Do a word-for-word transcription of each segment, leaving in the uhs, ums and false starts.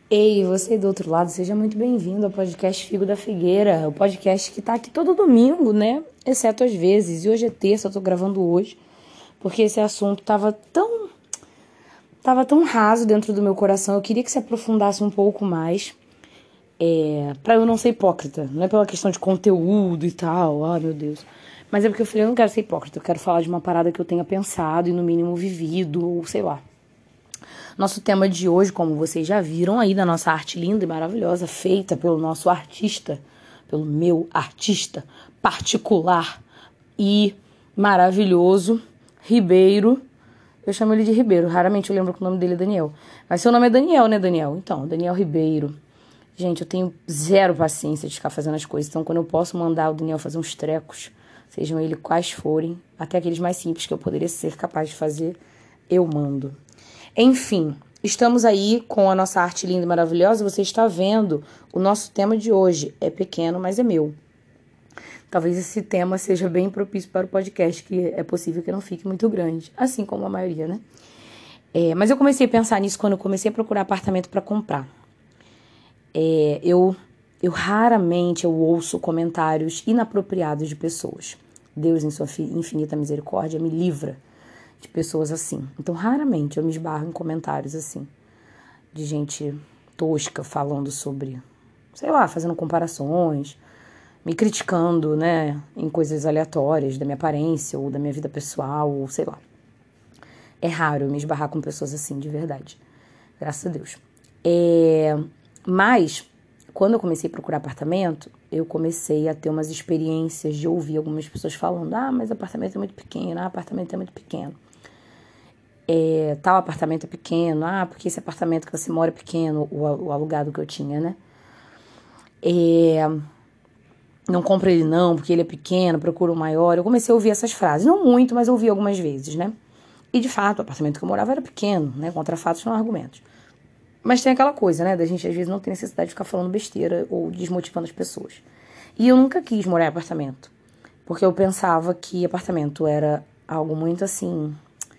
Ei, você aí do outro lado, seja muito bem-vindo ao podcast Figo da Figueira, o podcast que tá aqui todo domingo, né? Exceto às vezes. E hoje é terça, eu tô gravando hoje, porque esse assunto tava tão, tava tão raso dentro do meu coração. Eu queria que se aprofundasse um pouco mais, é, pra eu não ser hipócrita. Não é pela questão de conteúdo e tal, ai meu Deus. Mas é porque eu falei, eu não quero ser hipócrita, eu quero falar de uma parada que eu tenha pensado e no mínimo vivido, ou sei lá. Nosso tema de hoje, como vocês já viram aí da nossa arte linda e maravilhosa, feita pelo nosso artista, pelo meu artista particular e maravilhoso, Ribeiro. Eu chamo ele de Ribeiro, raramente eu lembro que o nome dele é Daniel. Mas seu nome é Daniel, né, Daniel? Então, Daniel Ribeiro. Gente, eu tenho zero paciência de ficar fazendo as coisas. Então, quando eu posso mandar o Daniel fazer uns trecos, sejam eles quais forem, até aqueles mais simples que eu poderia ser capaz de fazer, eu mando. Enfim, estamos aí com a nossa arte linda e maravilhosa. Você está vendo o nosso tema de hoje. É pequeno, mas é meu. Talvez esse tema seja bem propício para o podcast, que é possível que não fique muito grande, assim como a maioria, né? É, mas eu comecei a pensar nisso quando eu comecei a procurar apartamento para comprar. É, eu, eu raramente eu ouço comentários inapropriados de pessoas. Deus, em sua infinita misericórdia, me livra de pessoas assim. Então, raramente eu me esbarro em comentários assim, de gente tosca falando sobre, sei lá, fazendo comparações, me criticando, né, em coisas aleatórias da minha aparência ou da minha vida pessoal, ou sei lá. É raro eu me esbarrar com pessoas assim, de verdade. Graças a Deus. É... Mas, quando eu comecei a procurar apartamento, eu comecei a ter umas experiências de ouvir algumas pessoas falando: ah, mas apartamento é muito pequeno, ah, apartamento é muito pequeno. É, tal apartamento é pequeno, ah, porque esse apartamento que você mora é pequeno, o, o alugado que eu tinha, né? É, não compra ele não, porque ele é pequeno, procura um maior. Eu comecei a ouvir essas frases, não muito, mas ouvi algumas vezes, né? E de fato, o apartamento que eu morava era pequeno, né? Contra fatos não argumentos. Mas tem aquela coisa, né? Da gente às vezes não ter necessidade de ficar falando besteira ou desmotivando as pessoas. E eu nunca quis morar em apartamento, porque eu pensava que apartamento era algo muito assim,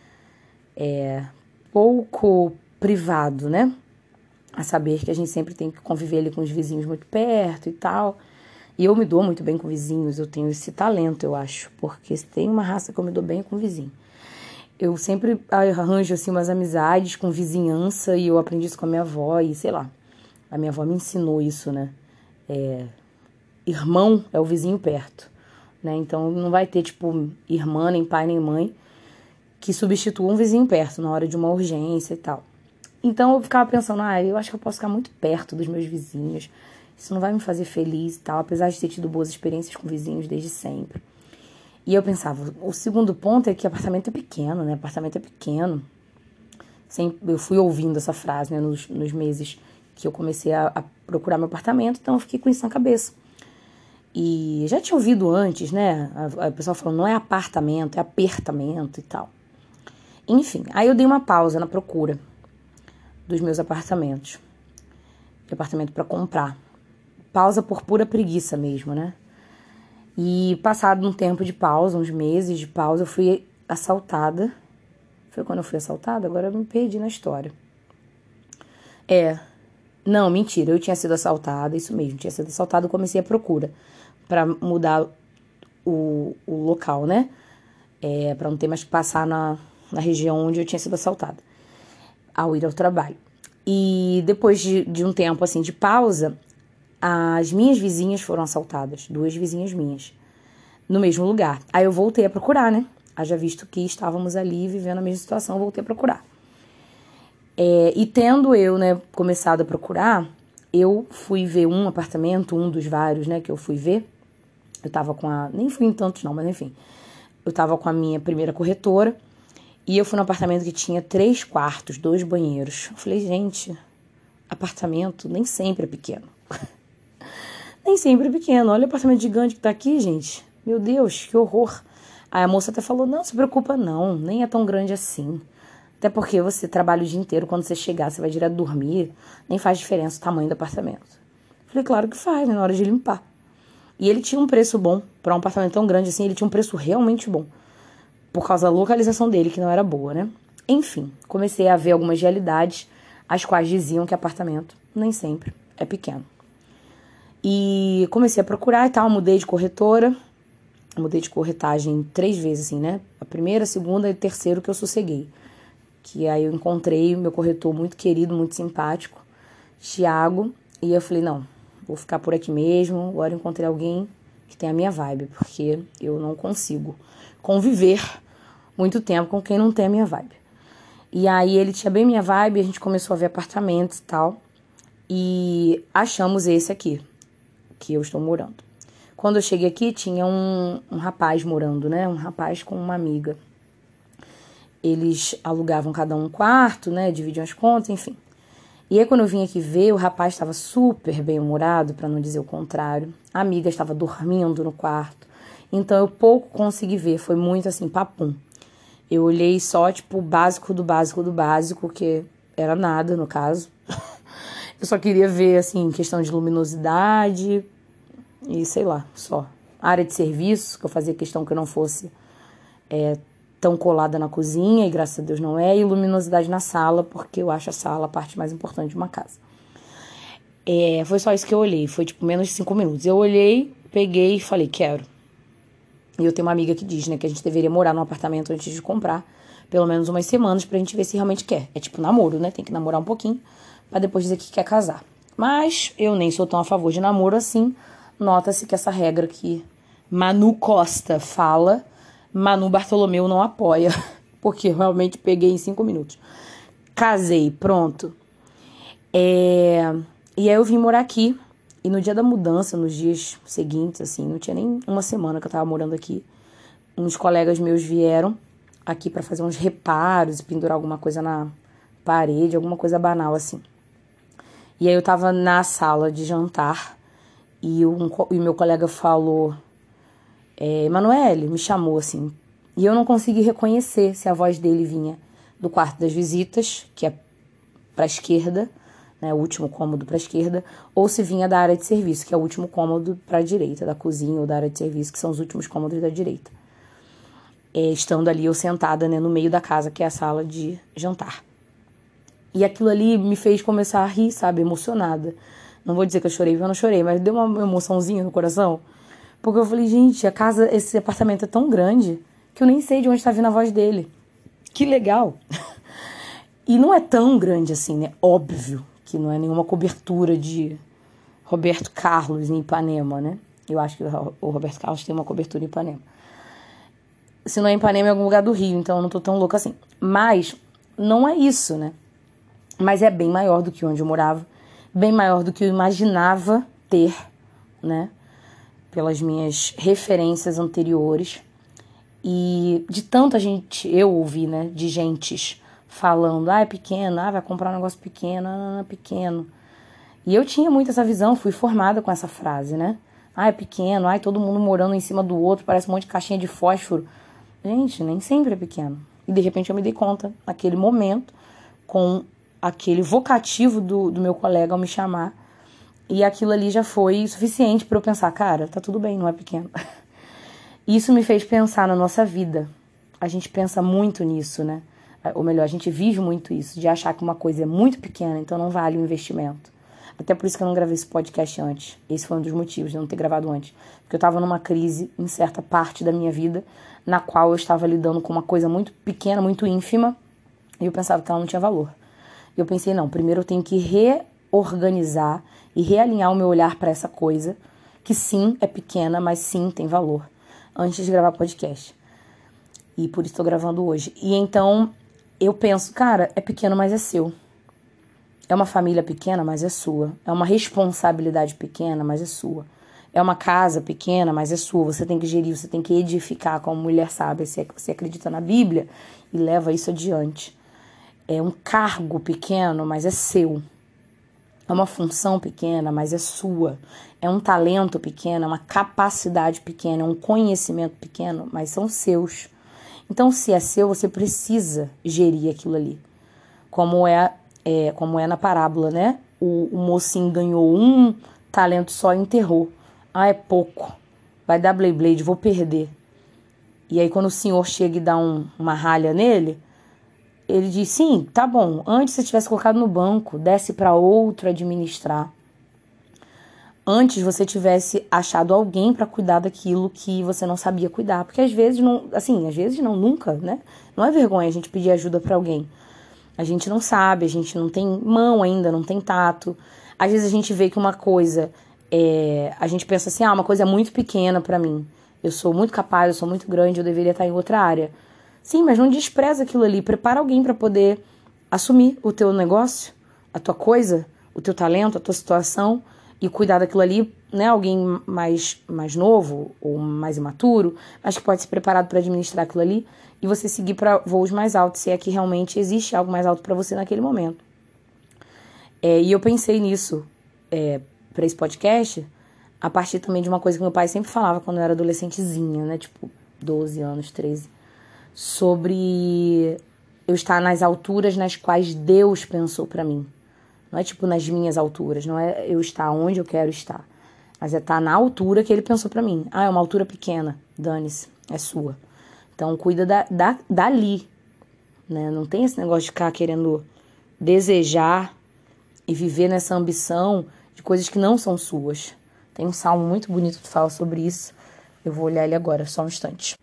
é, pouco privado, né? A saber que a gente sempre tem que conviver ali com os vizinhos muito perto e tal. E eu me dou muito bem com vizinhos, eu tenho esse talento, eu acho. Porque se tem uma raça que eu me dou bem é com vizinho. Eu sempre arranjo, assim, umas amizades com vizinhança e eu aprendi isso com a minha avó e, sei lá, a minha avó me ensinou isso, né? É, irmão é o vizinho perto, né? Então não vai ter, tipo, irmã, nem pai, nem mãe que substitua um vizinho perto na hora de uma urgência e tal. Então eu ficava pensando, ah, eu acho que eu posso ficar muito perto dos meus vizinhos. Isso não vai me fazer feliz e tal, apesar de ter tido boas experiências com vizinhos desde sempre. E eu pensava, o segundo ponto é que apartamento é pequeno, né? Apartamento é pequeno. Sempre, eu fui ouvindo essa frase, né, nos, nos meses que eu comecei a, a procurar meu apartamento, então eu fiquei com isso na cabeça. E já tinha ouvido antes, né? A, a pessoa falando, não é apartamento, é apertamento e tal. Enfim, aí eu dei uma pausa na procura dos meus apartamentos. De apartamento para comprar. Pausa por pura preguiça mesmo, né? E passado um tempo de pausa, uns meses de pausa, eu fui assaltada. Foi quando eu fui assaltada? Agora eu me perdi na história. É. Não, mentira, eu tinha sido assaltada, isso mesmo, tinha sido assaltada e comecei a procura para mudar o, o local, né? É, para não ter mais que passar na, na região onde eu tinha sido assaltada, ao ir ao trabalho. E depois de, de um tempo assim de pausa, as minhas vizinhas foram assaltadas, duas vizinhas minhas, no mesmo lugar. Aí eu voltei a procurar, né? Haja visto que estávamos ali vivendo a mesma situação, eu voltei a procurar. É, e tendo eu, né, começado a procurar, eu fui ver um apartamento, um dos vários, né, que eu fui ver. Eu tava com a... Nem fui em tantos não, mas enfim. Eu tava com a minha primeira corretora e eu fui num apartamento que tinha três quartos, dois banheiros. Eu falei, gente, apartamento nem sempre é pequeno. Nem sempre é pequeno. Olha o apartamento gigante que tá aqui, gente. Meu Deus, que horror. Aí a moça até falou, não, se preocupa não, nem é tão grande assim. Até porque você trabalha o dia inteiro, quando você chegar, você vai direto dormir, nem faz diferença o tamanho do apartamento. Falei, claro que faz, né, na hora de limpar. E ele tinha um preço bom, para um apartamento tão grande assim, ele tinha um preço realmente bom. Por causa da localização dele, que não era boa, né? Enfim, comecei a ver algumas realidades. as quais diziam que apartamento nem sempre é pequeno. E comecei a procurar e tal, mudei de corretora, mudei de corretagem três vezes, assim, né? A primeira, a segunda e a terceira que eu sosseguei. Que aí eu encontrei meu corretor muito querido, muito simpático, Thiago, e eu falei, não, vou ficar por aqui mesmo. Agora eu encontrei alguém que tem a minha vibe, porque eu não consigo conviver muito tempo com quem não tem a minha vibe. E aí ele tinha bem minha vibe, a gente começou a ver apartamentos e tal, e achamos esse aqui, que eu estou morando. Quando eu cheguei aqui, tinha um, um rapaz morando, né? Um rapaz com uma amiga. Eles alugavam cada um um quarto, né? Dividiam as contas, enfim. E aí, quando eu vim aqui ver, o rapaz estava super bem-humorado, para não dizer o contrário. A amiga estava dormindo no quarto. Então, eu pouco consegui ver. Foi muito, assim, papum. Eu olhei só, tipo, o básico do básico do básico, que era nada, no caso. Eu só queria ver, assim, questão de luminosidade e, sei lá, só. Área de serviço, que eu fazia questão que eu não fosse é, tão colada na cozinha, e graças a Deus não é, e luminosidade na sala, porque eu acho a sala a parte mais importante de uma casa. É, foi só isso que eu olhei, foi tipo menos de cinco minutos. Eu olhei, peguei e falei, quero. E eu tenho uma amiga que diz, né, que a gente deveria morar num apartamento antes de comprar, pelo menos umas semanas, pra gente ver se realmente quer. É tipo namoro, né, tem que namorar um pouquinho, pra depois dizer que quer casar. Mas eu nem sou tão a favor de namoro assim. Nota-se que essa regra que Manu Costa fala, Manu Bartolomeu não apoia, porque eu realmente peguei em cinco minutos. Casei, pronto. É... E aí eu vim morar aqui, e no dia da mudança, nos dias seguintes, assim, não tinha nem uma semana que eu tava morando aqui, uns colegas meus vieram aqui pra fazer uns reparos e pendurar alguma coisa na parede, alguma coisa banal, assim. E aí eu tava na sala de jantar, e o um, meu colega falou... É, Emanuele, me chamou assim, e eu não consegui reconhecer se a voz dele vinha do quarto das visitas, que é para a esquerda, né, o último cômodo para a esquerda, ou se vinha da área de serviço, que é o último cômodo para a direita, da cozinha ou da área de serviço, que são os últimos cômodos da direita. É, estando ali eu sentada, né, no meio da casa, que é a sala de jantar. E aquilo ali me fez começar a rir, sabe, emocionada. Não vou dizer que eu chorei, porque eu não chorei, mas deu uma emoçãozinha no coração. Porque eu falei, gente, a casa, esse apartamento é tão grande que eu nem sei de onde tá vindo a voz dele. Que legal. E não é tão grande assim, né? Óbvio que não é nenhuma cobertura de Roberto Carlos em Ipanema, né? Eu acho que o Roberto Carlos tem uma cobertura em Ipanema. Se não é em Ipanema, é em algum lugar do Rio, então eu não tô tão louca assim. Mas não é isso, né? Mas é bem maior do que onde eu morava. Bem maior do que eu imaginava ter, né? Pelas minhas referências anteriores. E de tanta gente, eu ouvi, né, de gentes falando, ah, é pequeno, ah, vai comprar um negócio pequeno, ah, não é pequeno. E eu tinha muito essa visão, fui formada com essa frase, né? Ah, é pequeno, ah, todo mundo morando em cima do outro, parece um monte de caixinha de fósforo. Gente, nem sempre é pequeno. E de repente eu me dei conta, naquele momento, com aquele vocativo do, do meu colega ao me chamar, e aquilo ali já foi suficiente para eu pensar, cara, tá tudo bem, não é pequeno. Isso me fez pensar na nossa vida. A gente pensa muito nisso, né? Ou melhor, a gente vive muito isso, de achar que uma coisa é muito pequena, então não vale o investimento. Até por isso que eu não gravei esse podcast antes. Esse foi um dos motivos de não ter gravado antes. Porque eu estava numa crise em certa parte da minha vida, na qual eu estava lidando com uma coisa muito pequena, muito ínfima, e eu pensava que ela não tinha valor. E eu pensei, não, primeiro eu tenho que reorganizar e realinhar o meu olhar para essa coisa, que sim, é pequena, mas sim tem valor, antes de gravar podcast. E por isso estou gravando hoje. E então eu penso, cara, é pequeno, mas é seu. É uma família pequena, mas é sua. É uma responsabilidade pequena, mas é sua. É uma casa pequena, mas é sua. Você tem que gerir, você tem que edificar, como mulher sábia. Você acredita na Bíblia e leva isso adiante. É um cargo pequeno, mas é seu. É uma função pequena, mas é sua. É um talento pequeno, é uma capacidade pequena, é um conhecimento pequeno, mas são seus. Então, se é seu, você precisa gerir aquilo ali. Como é, é, como é na parábola, né? O, o mocinho ganhou um talento só e enterrou. Ah, é pouco. Vai dar blade blade, vou perder. E aí, quando o senhor chega e dá um, uma ralha nele, ele diz, sim, tá bom, antes você tivesse colocado no banco, desse para outro administrar. Antes você tivesse achado alguém para cuidar daquilo que você não sabia cuidar. Porque às vezes, não, assim, às vezes não, nunca, né? Não é vergonha a gente pedir ajuda para alguém. A gente não sabe, a gente não tem mão ainda, não tem tato. Às vezes a gente vê que uma coisa, é, a gente pensa assim, ah, uma coisa é muito pequena para mim. Eu sou muito capaz, eu sou muito grande, eu deveria estar em outra área. Sim, mas não despreza aquilo ali. Prepara alguém para poder assumir o teu negócio, a tua coisa, o teu talento, a tua situação e cuidar daquilo ali, né? Alguém mais, mais novo ou mais imaturo, mas que pode ser preparado para administrar aquilo ali e você seguir para voos mais altos, se é que realmente existe algo mais alto para você naquele momento. É, e eu pensei nisso é, para esse podcast a partir também de uma coisa que meu pai sempre falava quando eu era adolescentezinha, né? Tipo, doze anos, treze. Sobre eu estar nas alturas nas quais Deus pensou para mim. Não é tipo nas minhas alturas, não é eu estar onde eu quero estar. Mas é estar na altura que ele pensou para mim. Ah, é uma altura pequena, dane-se, é sua. Então cuida da, da, dali, né? Não tem esse negócio de ficar querendo desejar e viver nessa ambição de coisas que não são suas. Tem um salmo muito bonito que fala sobre isso. Eu vou olhar ele agora, só um instante.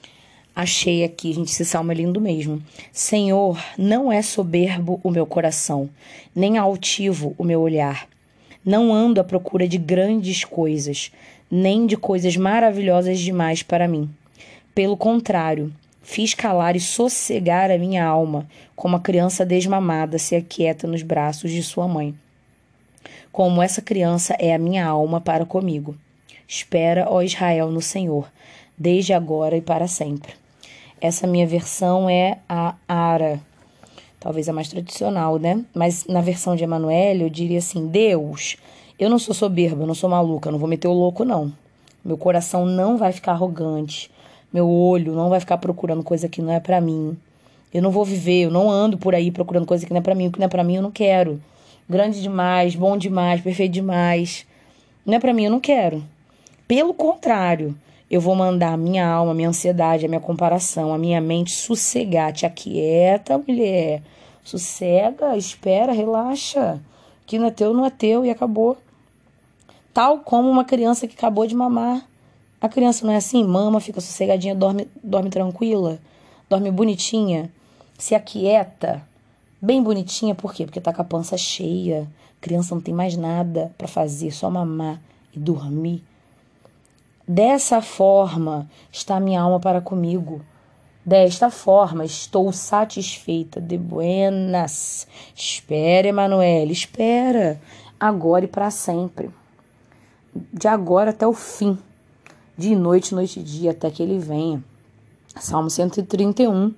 Achei aqui, gente, esse salmo é lindo mesmo. Senhor, não é soberbo o meu coração, nem altivo o meu olhar. Não ando à procura de grandes coisas, nem de coisas maravilhosas demais para mim. Pelo contrário, fiz calar e sossegar a minha alma, como a criança desmamada se aquieta nos braços de sua mãe. Como essa criança é a minha alma para comigo. Espera, ó Israel, no Senhor, desde agora e para sempre. Essa minha versão é a Ara, talvez a mais tradicional, né? Mas na versão de Emanuele eu diria assim, Deus, eu não sou soberba, eu não sou maluca, eu não vou meter o louco não. Meu coração não vai ficar arrogante, meu olho não vai ficar procurando coisa que não é pra mim. Eu não vou viver, eu não ando por aí procurando coisa que não é pra mim, o que não é pra mim eu não quero. Grande demais, bom demais, perfeito demais. Não é pra mim, eu não quero. Pelo contrário, eu vou mandar a minha alma, a minha ansiedade, a minha comparação, a minha mente sossegar. Te aquieta, mulher. Sossega, espera, relaxa. O que não é teu, não é teu e acabou. Tal como uma criança que acabou de mamar. A criança não é assim? Mama, fica sossegadinha, dorme, dorme tranquila, dorme bonitinha, se aquieta. Bem bonitinha, por quê? Porque tá com a pança cheia. A criança não tem mais nada para fazer, só mamar e dormir. Dessa forma está minha alma para comigo. Desta forma estou satisfeita. De buenas. Espera, Emanuele, espera. Agora e para sempre. De agora até o fim. De noite, noite e dia, até que ele venha. Salmo cento e trinta e um,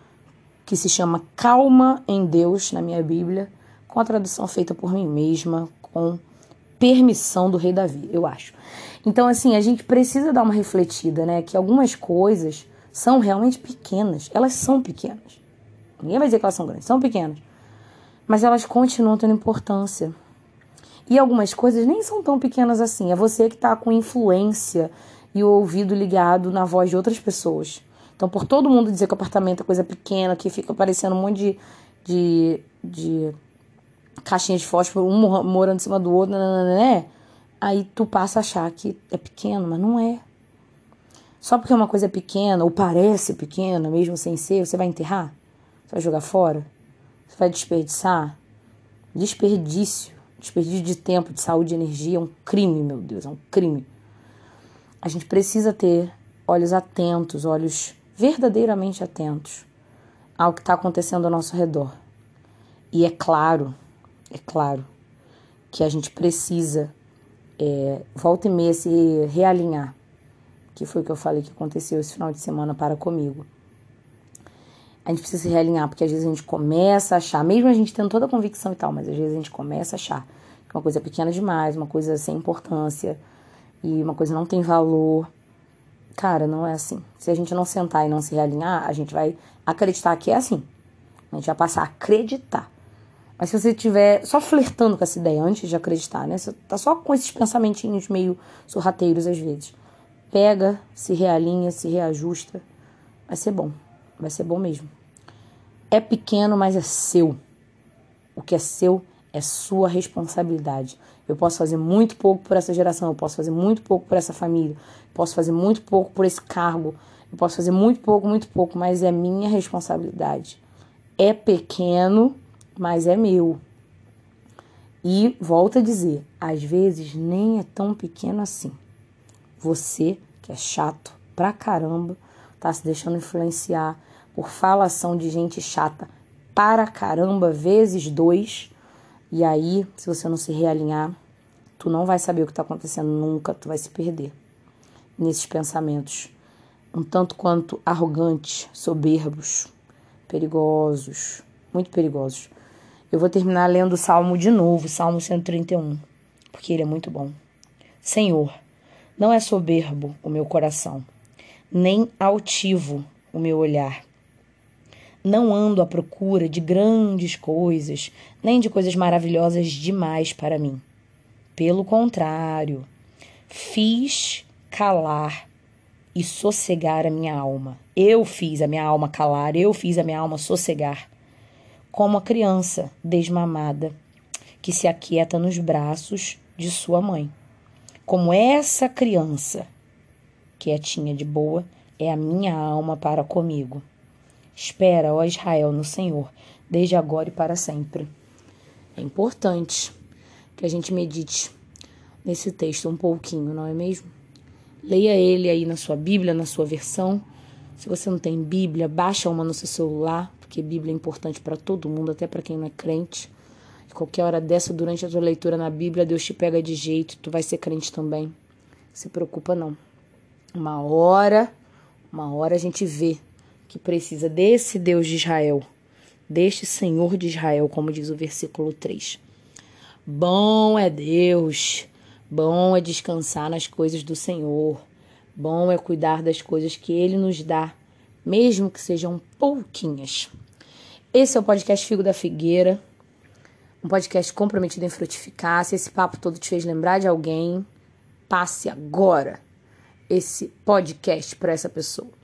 que se chama Calma em Deus, na minha Bíblia, com a tradução feita por mim mesma, com permissão do rei Davi, eu acho. Então, assim, a gente precisa dar uma refletida, né? Que algumas coisas são realmente pequenas. Elas são pequenas. Ninguém vai dizer que elas são grandes. São pequenas. Mas elas continuam tendo importância. E algumas coisas nem são tão pequenas assim. É você que está com influência e o ouvido ligado na voz de outras pessoas. Então, por todo mundo dizer que o apartamento é coisa pequena, que fica parecendo um monte de, de, de caixinha de fósforo, um morando em cima do outro, né? Aí tu passa a achar que é pequeno, mas não é. Só porque uma coisa é pequena, ou parece pequena, mesmo sem ser, você vai enterrar? Você vai jogar fora? Você vai desperdiçar? Desperdício. Desperdício de tempo, de saúde, de energia é um crime, meu Deus, é um crime. A gente precisa ter olhos atentos, olhos verdadeiramente atentos ao que está acontecendo ao nosso redor. E é claro, é claro, que a gente precisa, é, volta e meia, se realinhar, que foi o que eu falei que aconteceu esse final de semana para comigo. A gente precisa se realinhar, porque às vezes a gente começa a achar, mesmo a gente tendo toda a convicção e tal, mas às vezes a gente começa a achar que uma coisa é pequena demais, uma coisa sem importância, e uma coisa não tem valor. Cara, não é assim. Se a gente não sentar e não se realinhar, a gente vai acreditar que é assim. A gente vai passar a acreditar. Mas se você estiver só flertando com essa ideia antes de acreditar, né? Você tá só com esses pensamentinhos meio sorrateiros às vezes. Pega, se realinha, se reajusta. Vai ser bom. Vai ser bom mesmo. É pequeno, mas é seu. O que é seu é sua responsabilidade. Eu posso fazer muito pouco por essa geração, eu posso fazer muito pouco por essa família, eu posso fazer muito pouco por esse cargo, eu posso fazer muito pouco, muito pouco, mas é minha responsabilidade. É pequeno, mas é meu. E volto a dizer, às vezes nem é tão pequeno assim. Você, que é chato pra caramba, tá se deixando influenciar por falação de gente chata para caramba, vezes dois. E aí, se você não se realinhar, tu não vai saber o que tá acontecendo nunca, tu vai se perder nesses pensamentos um tanto quanto arrogantes, soberbos, perigosos, muito perigosos. Eu vou terminar lendo o Salmo de novo, Salmo cento e trinta e um, porque ele é muito bom. Senhor, não é soberbo o meu coração, nem altivo o meu olhar. Não ando à procura de grandes coisas, nem de coisas maravilhosas demais para mim. Pelo contrário, fiz calar e sossegar a minha alma. Eu fiz a minha alma calar, eu fiz a minha alma sossegar. Como a criança desmamada que se aquieta nos braços de sua mãe. Como essa criança, quietinha de boa, é a minha alma para comigo. Espera, ó Israel, no Senhor, desde agora e para sempre. É importante que a gente medite nesse texto um pouquinho, não é mesmo? Leia ele aí na sua Bíblia, na sua versão. Se você não tem Bíblia, baixa uma no seu celular, porque Bíblia é importante para todo mundo, até para quem não é crente. E qualquer hora dessa, durante a tua leitura na Bíblia, Deus te pega de jeito, tu vai ser crente também. Não se preocupa não. Uma hora, uma hora a gente vê que precisa desse Deus de Israel, deste Senhor de Israel, como diz o versículo três. Bom é Deus, bom é descansar nas coisas do Senhor, bom é cuidar das coisas que Ele nos dá, mesmo que sejam pouquinhas. Esse é o podcast Figo da Figueira, um podcast comprometido em frutificar. Se esse papo todo te fez lembrar de alguém, passe agora esse podcast para essa pessoa.